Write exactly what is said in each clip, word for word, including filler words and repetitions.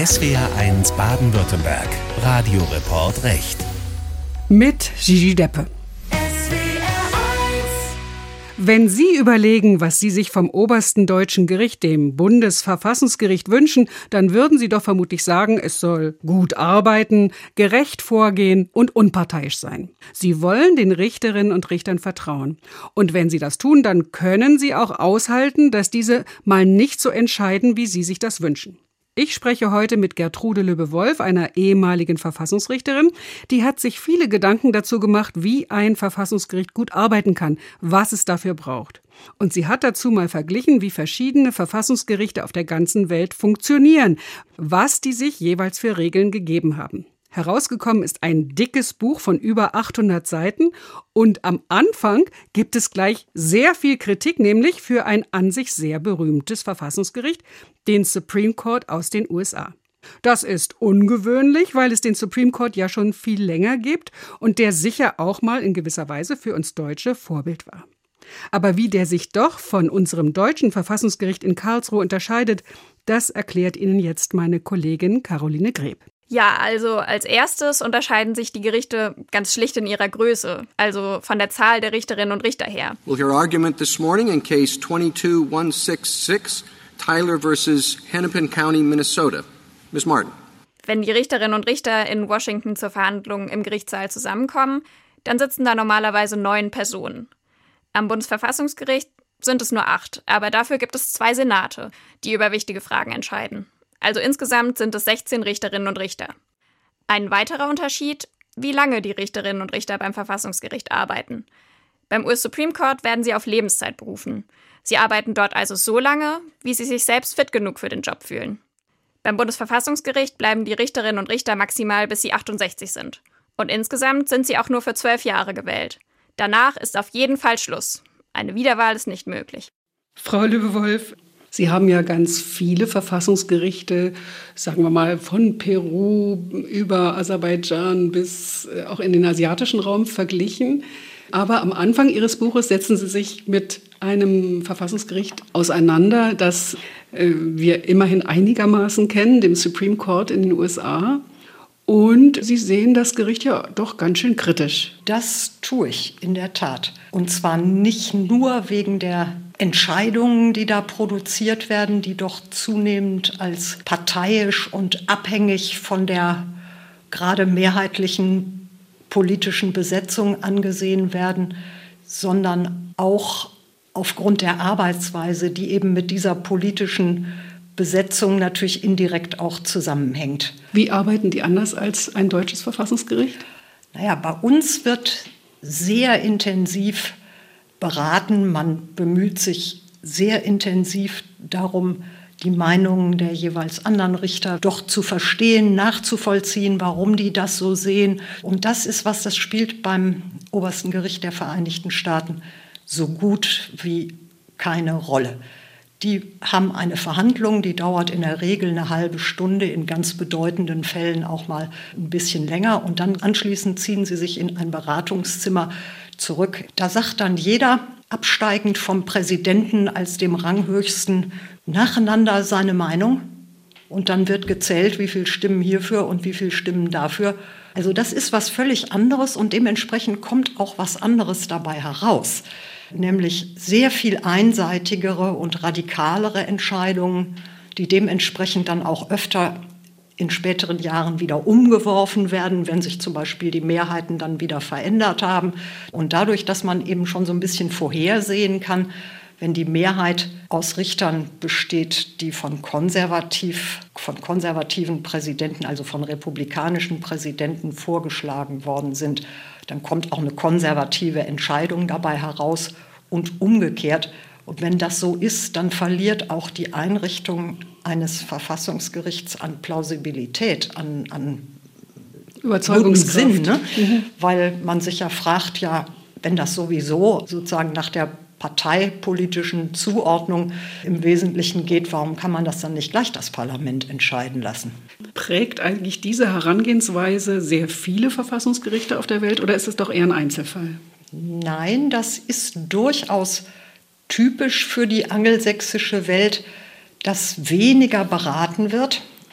S W R eins Baden-Württemberg. Radioreport Recht. Mit Gigi Deppe. Wenn Sie überlegen, was Sie sich vom obersten deutschen Gericht, dem Bundesverfassungsgericht, wünschen, dann würden Sie doch vermutlich sagen, es soll gut arbeiten, gerecht vorgehen und unparteiisch sein. Sie wollen den Richterinnen und Richtern vertrauen. Und wenn Sie das tun, dann können Sie auch aushalten, dass diese mal nicht so entscheiden, wie Sie sich das wünschen. Ich spreche heute mit Gertrude Löbe-Wolf, einer ehemaligen Verfassungsrichterin. Die hat sich viele Gedanken dazu gemacht, wie ein Verfassungsgericht gut arbeiten kann, was es dafür braucht. Und sie hat dazu mal verglichen, wie verschiedene Verfassungsgerichte auf der ganzen Welt funktionieren, was die sich jeweils für Regeln gegeben haben. Herausgekommen ist ein dickes Buch von über achthundert Seiten und am Anfang gibt es gleich sehr viel Kritik, nämlich für ein an sich sehr berühmtes Verfassungsgericht, den Supreme Court aus den U S A. Das ist ungewöhnlich, weil es den Supreme Court ja schon viel länger gibt und der sicher auch mal in gewisser Weise für uns Deutsche Vorbild war. Aber wie der sich doch von unserem deutschen Verfassungsgericht in Karlsruhe unterscheidet, das erklärt Ihnen jetzt meine Kollegin Caroline Greb. Ja, also als erstes unterscheiden sich die Gerichte ganz schlicht in ihrer Größe, also von der Zahl der Richterinnen und Richter her. We'll hear argument this morning in Case twenty-two one sixty-six, Tyler versus Hennepin County, Minnesota. Miz Martin. Wenn die Richterinnen und Richter in Washington zur Verhandlung im Gerichtssaal zusammenkommen, dann sitzen da normalerweise neun Personen. Am Bundesverfassungsgericht sind es nur acht, aber dafür gibt es zwei Senate, die über wichtige Fragen entscheiden. Also insgesamt sind es sechzehn Richterinnen und Richter. Ein weiterer Unterschied, wie lange die Richterinnen und Richter beim Verfassungsgericht arbeiten. Beim U S Supreme Court werden sie auf Lebenszeit berufen. Sie arbeiten dort also so lange, wie sie sich selbst fit genug für den Job fühlen. Beim Bundesverfassungsgericht bleiben die Richterinnen und Richter maximal, bis sie achtundsechzig sind. Und insgesamt sind sie auch nur für zwölf Jahre gewählt. Danach ist auf jeden Fall Schluss. Eine Wiederwahl ist nicht möglich. Frau Löbe-Wolf, Sie haben ja ganz viele Verfassungsgerichte, sagen wir mal von Peru über Aserbaidschan bis auch in den asiatischen Raum verglichen. Aber am Anfang Ihres Buches setzen Sie sich mit einem Verfassungsgericht auseinander, das äh, wir immerhin einigermaßen kennen, dem Supreme Court in den U S A. Und Sie sehen das Gericht ja doch ganz schön kritisch. Das tue ich in der Tat. Und zwar nicht nur wegen der Entscheidungen, die da produziert werden, die doch zunehmend als parteiisch und abhängig von der gerade mehrheitlichen politischen Besetzung angesehen werden, sondern auch aufgrund der Arbeitsweise, die eben mit dieser politischen Besetzung natürlich indirekt auch zusammenhängt. Wie arbeiten die anders als ein deutsches Verfassungsgericht? Naja, bei uns wird sehr intensiv beraten. Man bemüht sich sehr intensiv darum, die Meinungen der jeweils anderen Richter doch zu verstehen, nachzuvollziehen, warum die das so sehen. Und das ist was, das spielt beim obersten Gericht der Vereinigten Staaten so gut wie keine Rolle. Die haben eine Verhandlung, die dauert in der Regel eine halbe Stunde, in ganz bedeutenden Fällen auch mal ein bisschen länger. Und dann anschließend ziehen sie sich in ein Beratungszimmer zurück. Da sagt dann jeder, absteigend vom Präsidenten als dem Ranghöchsten, nacheinander seine Meinung. Und dann wird gezählt, wie viele Stimmen hierfür und wie viele Stimmen dafür. Also das ist was völlig anderes und dementsprechend kommt auch was anderes dabei heraus. Nämlich sehr viel einseitigere und radikalere Entscheidungen, die dementsprechend dann auch öfter in späteren Jahren wieder umgeworfen werden, wenn sich zum Beispiel die Mehrheiten dann wieder verändert haben. Und dadurch, dass man eben schon so ein bisschen vorhersehen kann, wenn die Mehrheit aus Richtern besteht, die von konservativ, von konservativen Präsidenten, also von republikanischen Präsidenten vorgeschlagen worden sind, dann kommt auch eine konservative Entscheidung dabei heraus und umgekehrt. Und wenn das so ist, dann verliert auch die Einrichtung eines Verfassungsgerichts an Plausibilität, an, an Überzeugungskraft. Sinn, ne? Mhm. Weil man sich ja fragt, ja, wenn das sowieso sozusagen nach der parteipolitischen Zuordnung im Wesentlichen geht, warum kann man das dann nicht gleich das Parlament entscheiden lassen? Prägt eigentlich diese Herangehensweise sehr viele Verfassungsgerichte auf der Welt oder ist es doch eher ein Einzelfall? Nein, das ist durchaus typisch für die angelsächsische Welt, dass weniger beraten wird,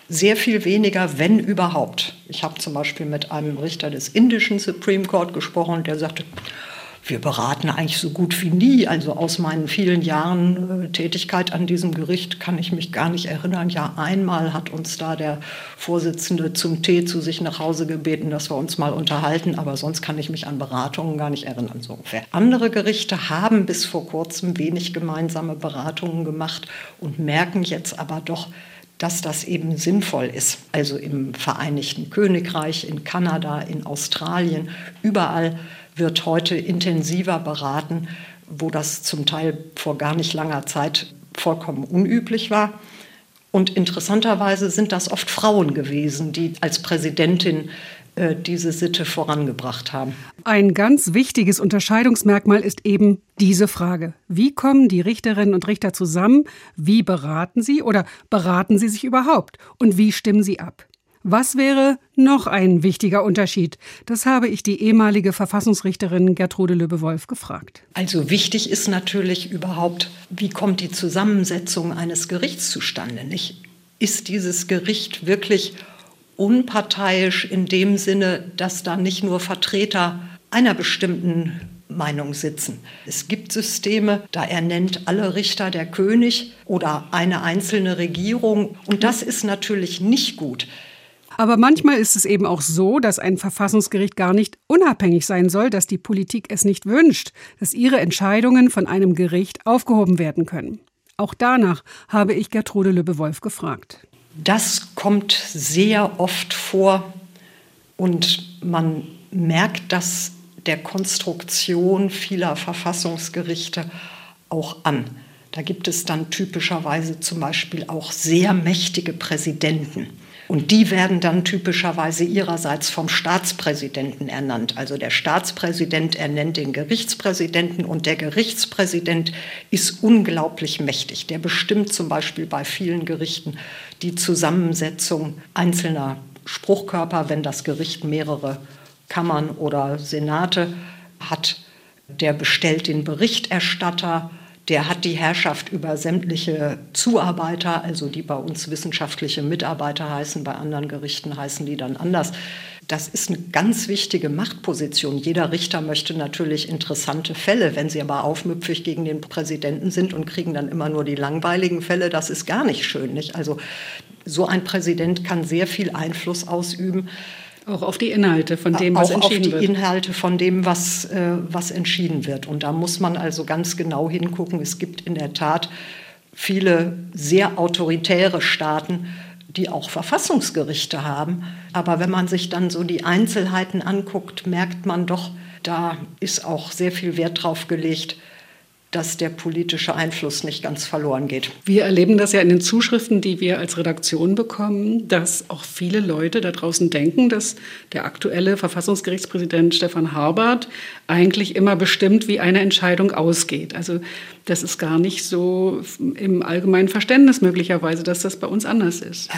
sehr viel weniger, wenn überhaupt. Ich habe zum Beispiel mit einem Richter des indischen Supreme Court gesprochen, der sagte, wir beraten eigentlich so gut wie nie. Also aus meinen vielen Jahren äh, Tätigkeit an diesem Gericht kann ich mich gar nicht erinnern. Ja, einmal hat uns da der Vorsitzende zum Tee zu sich nach Hause gebeten, dass wir uns mal unterhalten, aber sonst kann ich mich an Beratungen gar nicht erinnern, so ungefähr. Andere Gerichte haben bis vor kurzem wenig gemeinsame Beratungen gemacht und merken jetzt aber doch, dass das eben sinnvoll ist. Also im Vereinigten Königreich, in Kanada, in Australien, überall wird heute intensiver beraten, wo das zum Teil vor gar nicht langer Zeit vollkommen unüblich war. Und interessanterweise sind das oft Frauen gewesen, die als Präsidentin äh, diese Sitte vorangebracht haben. Ein ganz wichtiges Unterscheidungsmerkmal ist eben diese Frage. Wie kommen die Richterinnen und Richter zusammen? Wie beraten sie oder beraten sie sich überhaupt? Und wie stimmen sie ab? Was wäre noch ein wichtiger Unterschied? Das habe ich die ehemalige Verfassungsrichterin Gertrude Löbe-Wolff gefragt. Also wichtig ist natürlich überhaupt, wie kommt die Zusammensetzung eines Gerichts zustande? Nicht? Ist dieses Gericht wirklich unparteiisch in dem Sinne, dass da nicht nur Vertreter einer bestimmten Meinung sitzen? Es gibt Systeme, da ernennt alle Richter der König oder eine einzelne Regierung. Und das ist natürlich nicht gut. Aber manchmal ist es eben auch so, dass ein Verfassungsgericht gar nicht unabhängig sein soll, dass die Politik es nicht wünscht, dass ihre Entscheidungen von einem Gericht aufgehoben werden können. Auch danach habe ich Gertrude Löbe-Wolff gefragt. Das kommt sehr oft vor und man merkt das der Konstruktion vieler Verfassungsgerichte auch an. Da gibt es dann typischerweise zum Beispiel auch sehr mächtige Präsidenten. Und die werden dann typischerweise ihrerseits vom Staatspräsidenten ernannt. Also der Staatspräsident ernennt den Gerichtspräsidenten und der Gerichtspräsident ist unglaublich mächtig. Der bestimmt zum Beispiel bei vielen Gerichten die Zusammensetzung einzelner Spruchkörper, wenn das Gericht mehrere Kammern oder Senate hat. Der bestellt den Berichterstatter. Der hat die Herrschaft über sämtliche Zuarbeiter, also die bei uns wissenschaftliche Mitarbeiter heißen, bei anderen Gerichten heißen die dann anders. Das ist eine ganz wichtige Machtposition. Jeder Richter möchte natürlich interessante Fälle. Wenn sie aber aufmüpfig gegen den Präsidenten sind und kriegen dann immer nur die langweiligen Fälle, das ist gar nicht schön, nicht? Also so ein Präsident kann sehr viel Einfluss ausüben. Auch auf die Inhalte von dem, was entschieden wird. Auch auf die Inhalte von dem, was, äh, was entschieden wird. Und da muss man also ganz genau hingucken. Es gibt in der Tat viele sehr autoritäre Staaten, die auch Verfassungsgerichte haben. Aber wenn man sich dann so die Einzelheiten anguckt, merkt man doch, da ist auch sehr viel Wert drauf gelegt, dass der politische Einfluss nicht ganz verloren geht. Wir erleben das ja in den Zuschriften, die wir als Redaktion bekommen, dass auch viele Leute da draußen denken, dass der aktuelle Verfassungsgerichtspräsident Stefan Harbart eigentlich immer bestimmt, wie eine Entscheidung ausgeht. Also das ist gar nicht so im allgemeinen Verständnis möglicherweise, dass das bei uns anders ist.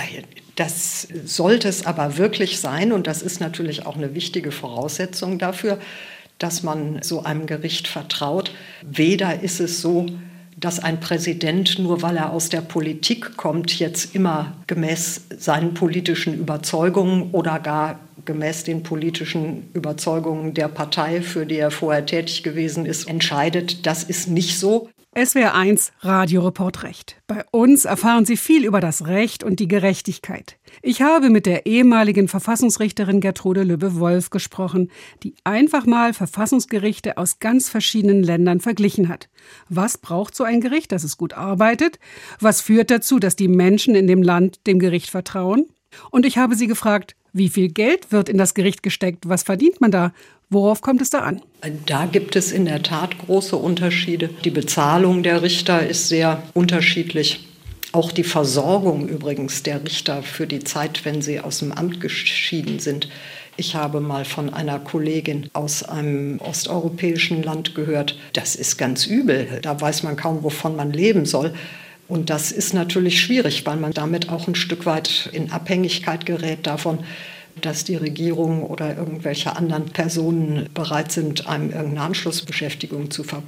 Das sollte es aber wirklich sein und das ist natürlich auch eine wichtige Voraussetzung dafür, dass man so einem Gericht vertraut. Weder ist es so, dass ein Präsident, nur weil er aus der Politik kommt, jetzt immer gemäß seinen politischen Überzeugungen oder gar gemäß den politischen Überzeugungen der Partei, für die er vorher tätig gewesen ist, entscheidet. Das ist nicht so. S W R eins Radioreport Recht. Bei uns erfahren Sie viel über das Recht und die Gerechtigkeit. Ich habe mit der ehemaligen Verfassungsrichterin Gertrude Löbe-Wolff gesprochen, die einfach mal Verfassungsgerichte aus ganz verschiedenen Ländern verglichen hat. Was braucht so ein Gericht, dass es gut arbeitet? Was führt dazu, dass die Menschen in dem Land dem Gericht vertrauen? Und ich habe sie gefragt, wie viel Geld wird in das Gericht gesteckt? Was verdient man da? Worauf kommt es da an? Da gibt es in der Tat große Unterschiede. Die Bezahlung der Richter ist sehr unterschiedlich. Auch die Versorgung übrigens der Richter für die Zeit, wenn sie aus dem Amt geschieden sind. Ich habe mal von einer Kollegin aus einem osteuropäischen Land gehört, das ist ganz übel. Da weiß man kaum, wovon man leben soll. Und das ist natürlich schwierig, weil man damit auch ein Stück weit in Abhängigkeit gerät davon, dass die Regierung oder irgendwelche anderen Personen bereit sind, einem irgendeine Anschlussbeschäftigung zu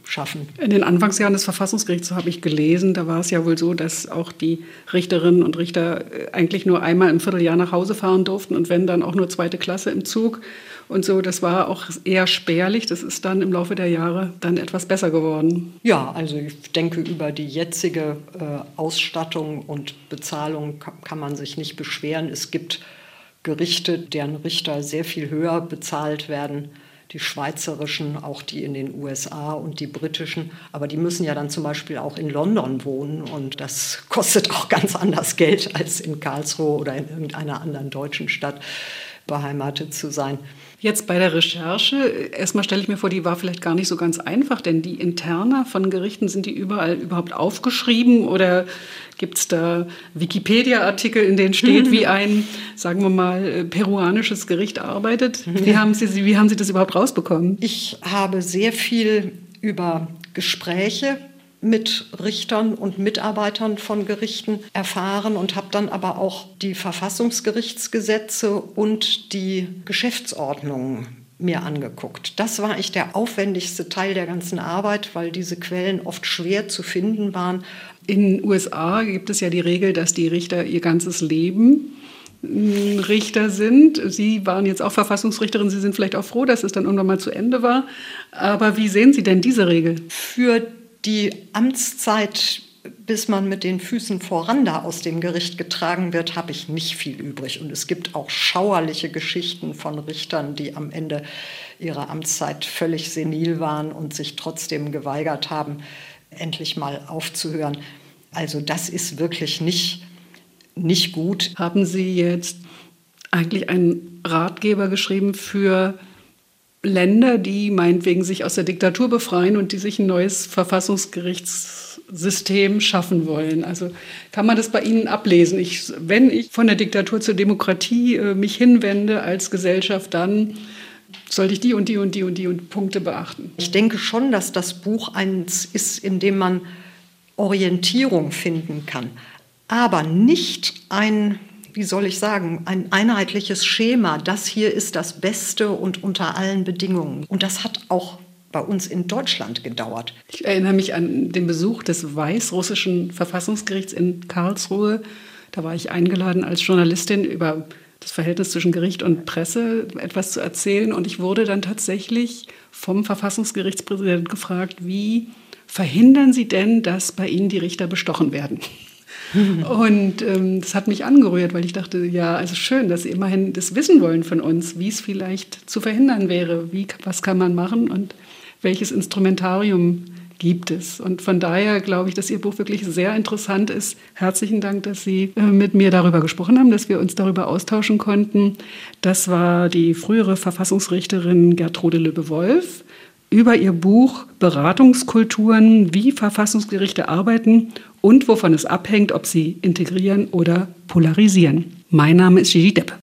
schaffen. In den Anfangsjahren des Verfassungsgerichts, so habe ich gelesen, da war es ja wohl so, dass auch die Richterinnen und Richter eigentlich nur einmal im Vierteljahr nach Hause fahren durften und wenn, dann auch nur zweite Klasse im Zug. Und so, das war auch eher spärlich. Das ist dann im Laufe der Jahre dann etwas besser geworden. Ja, also ich denke, über die jetzige äh, Ausstattung und Bezahlung kann, kann man sich nicht beschweren. Es gibt Gerichte, deren Richter sehr viel höher bezahlt werden. Die schweizerischen, auch die in den U S A und die britischen. Aber die müssen ja dann zum Beispiel auch in London wohnen. Und das kostet auch ganz anders Geld, als in Karlsruhe oder in irgendeiner anderen deutschen Stadt beheimatet zu sein. Jetzt bei der Recherche, erstmal stelle ich mir vor, die war vielleicht gar nicht so ganz einfach, denn die Interna von Gerichten, sind die überall überhaupt aufgeschrieben oder gibt es da Wikipedia-Artikel, in denen steht, wie ein, sagen wir mal, peruanisches Gericht arbeitet? Wie haben Sie, wie haben Sie das überhaupt rausbekommen? Ich habe sehr viel über Gespräche mit Richtern und Mitarbeitern von Gerichten erfahren und habe dann aber auch die Verfassungsgerichtsgesetze und die Geschäftsordnungen mir angeguckt. Das war eigentlich der aufwendigste Teil der ganzen Arbeit, weil diese Quellen oft schwer zu finden waren. In den U S A gibt es ja die Regel, dass die Richter ihr ganzes Leben Richter sind. Sie waren jetzt auch Verfassungsrichterin. Sie sind vielleicht auch froh, dass es dann irgendwann mal zu Ende war. Aber wie sehen Sie denn diese Regel? Für die Amtszeit, bis man mit den Füßen voran da aus dem Gericht getragen wird, habe ich nicht viel übrig. Und es gibt auch schauerliche Geschichten von Richtern, die am Ende ihrer Amtszeit völlig senil waren und sich trotzdem geweigert haben, endlich mal aufzuhören. Also das ist wirklich nicht, nicht gut. Haben Sie jetzt eigentlich einen Ratgeber geschrieben für Länder, die meinetwegen sich aus der Diktatur befreien und die sich ein neues Verfassungsgerichtssystem schaffen wollen? Also kann man das bei Ihnen ablesen? Ich, wenn ich von der Diktatur zur Demokratie äh, mich hinwende als Gesellschaft, dann sollte ich die und die und die und die und Punkte beachten. Ich denke schon, dass das Buch eins ist, in dem man Orientierung finden kann, aber nicht ein, wie soll ich sagen, ein einheitliches Schema. Das hier ist das Beste und unter allen Bedingungen. Und das hat auch bei uns in Deutschland gedauert. Ich erinnere mich an den Besuch des weißrussischen Verfassungsgerichts in Karlsruhe. Da war ich eingeladen als Journalistin, über das Verhältnis zwischen Gericht und Presse etwas zu erzählen. Und ich wurde dann tatsächlich vom Verfassungsgerichtspräsidenten gefragt, wie verhindern Sie denn, dass bei Ihnen die Richter bestochen werden? Und ähm, das hat mich angerührt, weil ich dachte, ja, also schön, dass Sie immerhin das wissen wollen von uns, wie es vielleicht zu verhindern wäre, wie, was kann man machen und welches Instrumentarium gibt es. Und von daher glaube ich, dass Ihr Buch wirklich sehr interessant ist. Herzlichen Dank, dass Sie äh, mit mir darüber gesprochen haben, dass wir uns darüber austauschen konnten. Das war die frühere Verfassungsrichterin Gertrude Löbe-Wolf über ihr Buch Beratungskulturen, wie Verfassungsgerichte arbeiten und wovon es abhängt, ob sie integrieren oder polarisieren. Mein Name ist Gigi Depp.